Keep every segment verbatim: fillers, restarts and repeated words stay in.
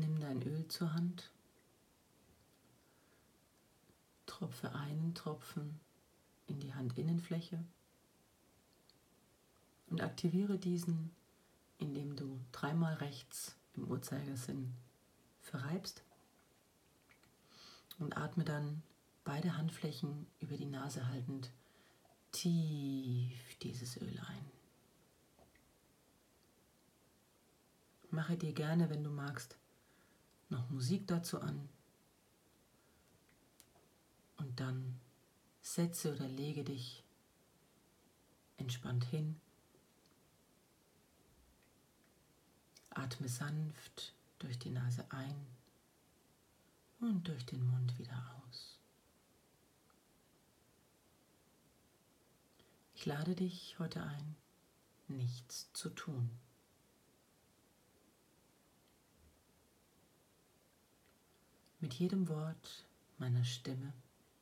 nimm dein Öl zur Hand, tropfe einen Tropfen in die Handinnenfläche und aktiviere diesen, indem du dreimal rechts im Uhrzeigersinn verreibst und atme dann beide Handflächen über die Nase haltend tief dieses Öl ein. Mache dir gerne, wenn du magst, noch Musik dazu an und dann setze oder lege dich entspannt hin. Atme sanft durch die Nase ein und durch den Mund wieder aus. Ich lade dich heute ein, nichts zu tun. Mit jedem Wort meiner Stimme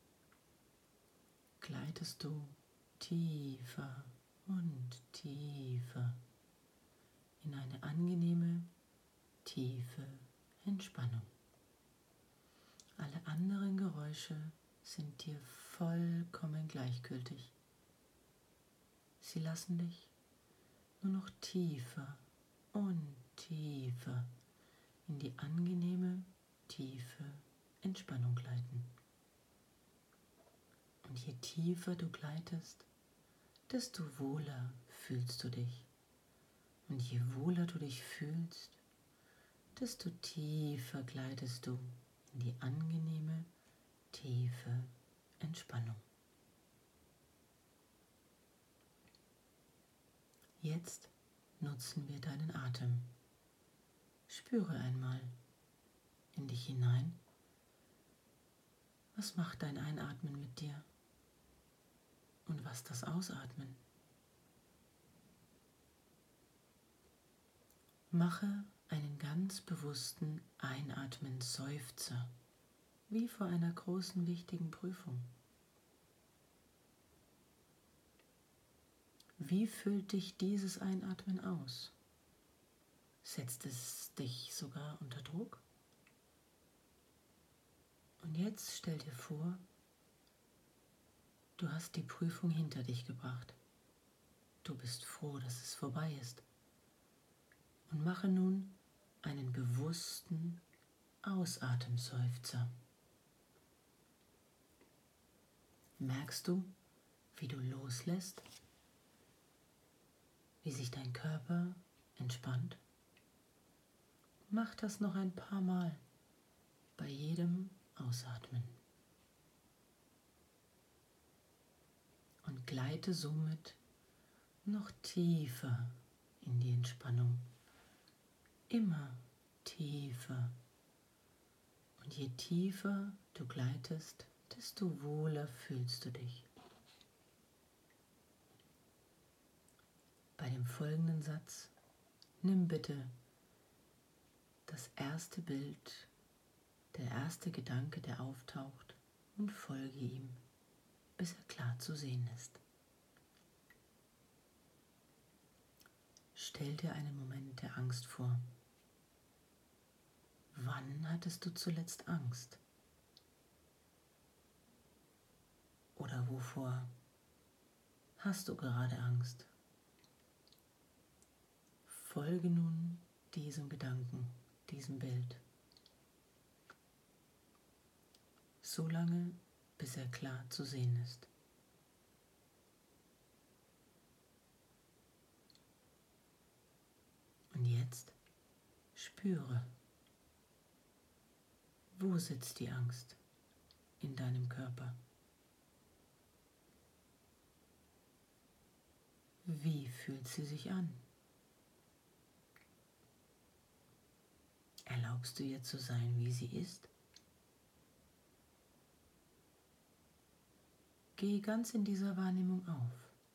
gleitest du tiefer und tiefer in eine angenehme, tiefe Entspannung. Alle anderen Geräusche sind dir vollkommen gleichgültig. Sie lassen dich nur noch tiefer und tiefer in die angenehme, tiefe Entspannung gleiten. Und je tiefer du gleitest, desto wohler fühlst du dich. Und je wohler du dich fühlst, desto tiefer gleitest du in die angenehme, tiefe Entspannung. Jetzt nutzen wir deinen Atem. Spüre einmal in dich hinein. Was macht dein Einatmen mit dir? Und was das Ausatmen? Mache einen ganz bewussten Einatmen-Seufzer, wie vor einer großen, wichtigen Prüfung. Wie füllt dich dieses Einatmen aus? Setzt es dich sogar unter Druck? Und jetzt stell dir vor, du hast die Prüfung hinter dich gebracht. Du bist froh, dass es vorbei ist. Und mache nun einen bewussten Ausatemseufzer. Merkst du, wie du loslässt? Wie sich dein Körper entspannt? Mach das noch ein paar Mal bei jedem Ausatmen. Und gleite somit noch tiefer in die Entspannung. Immer tiefer. Und je tiefer du gleitest, desto wohler fühlst du dich. Bei dem folgenden Satz nimm bitte das erste Bild, der erste Gedanke, der auftaucht, und folge ihm, bis er klar zu sehen ist. Stell dir einen Moment der Angst vor. Wann hattest du zuletzt Angst? Oder wovor hast du gerade Angst? Folge nun diesem Gedanken, diesem Bild, so lange, bis er klar zu sehen ist. Und jetzt spüre, wo sitzt die Angst in deinem Körper? Wie fühlt sie sich an? Erlaubst du ihr zu sein, wie sie ist? Geh ganz in dieser Wahrnehmung auf.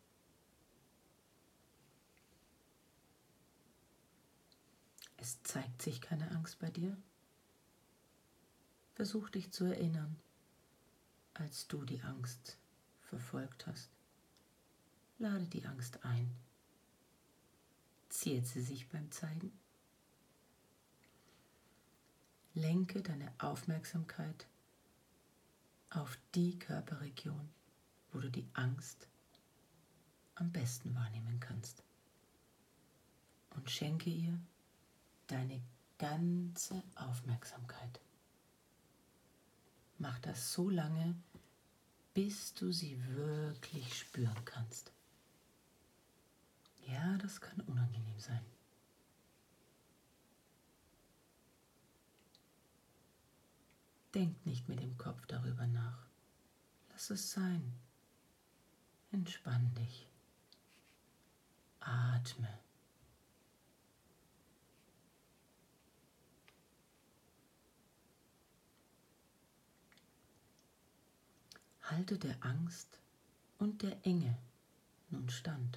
Es zeigt sich keine Angst bei dir. Versuch dich zu erinnern, als du die Angst verfolgt hast. Lade die Angst ein. Ziert sie sich beim Zeigen? lenke deine Aufmerksamkeit auf die Körperregion, wo du die Angst am besten wahrnehmen kannst. Und schenke ihr deine ganze Aufmerksamkeit. Mach das so lange, bis du sie wirklich spüren kannst. Ja, das kann unangenehm sein. Denk nicht mit dem Kopf darüber nach. Lass es sein. Entspann dich. Atme. Halte der Angst und der Enge nun stand.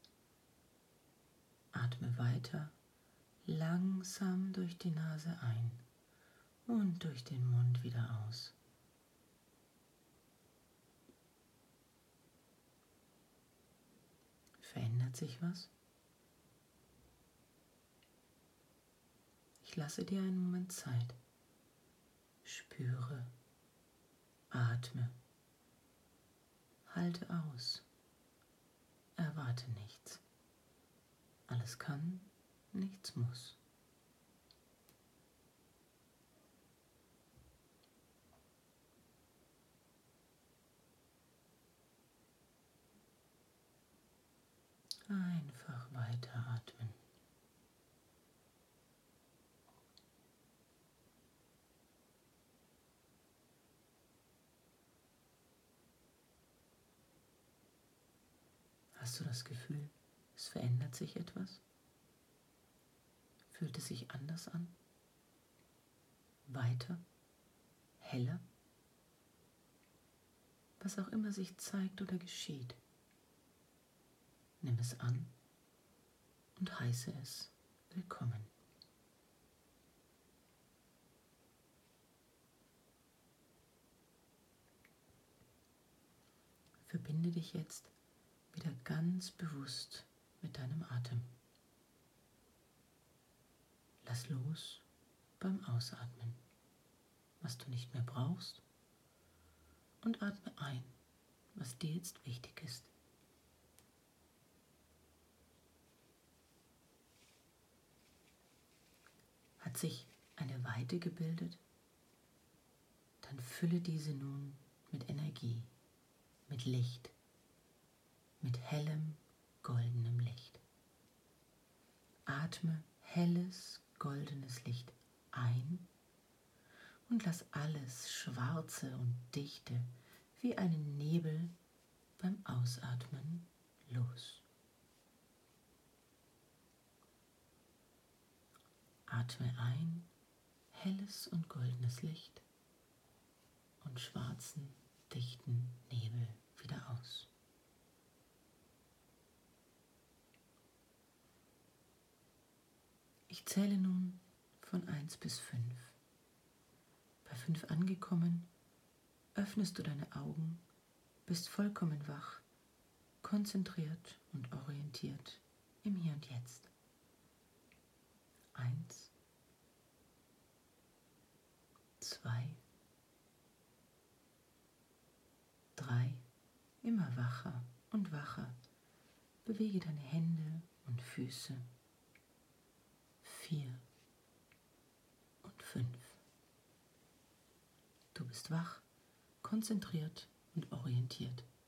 Atme weiter langsam durch die Nase ein und durch den Mund wieder aus. Verändert sich was? Ich lasse dir einen Moment Zeit. Spüre, atme, halte aus, erwarte nichts. Alles kann, nichts muss. Einfach weiter atmen. Hast du das Gefühl, es verändert sich etwas? Fühlt es sich anders an? Weiter? Heller? Was auch immer sich zeigt oder geschieht, nimm es an und heiße es willkommen. Verbinde dich jetzt wieder ganz bewusst mit deinem Atem. Lass los beim Ausatmen, was du nicht mehr brauchst, und atme ein, was dir jetzt wichtig ist. Hat sich eine Weite gebildet? Dann fülle diese nun mit Energie, mit Licht, mit hellem, goldenem Licht. Atme helles, goldenes Licht ein und lass alles Schwarze und Dichte wie einen Nebel beim Ausatmen los. Atme ein, helles und goldenes Licht, und schwarzen, dichten Nebel wieder aus. Ich zähle nun von eins bis fünf. Bei fünf angekommen, öffnest du deine Augen, bist vollkommen wach, konzentriert und orientiert im Hier und Jetzt. Eins, zwei, drei, immer wacher und wacher. Bewege deine Hände und Füße. Vier und fünf. Du bist wach, konzentriert und orientiert.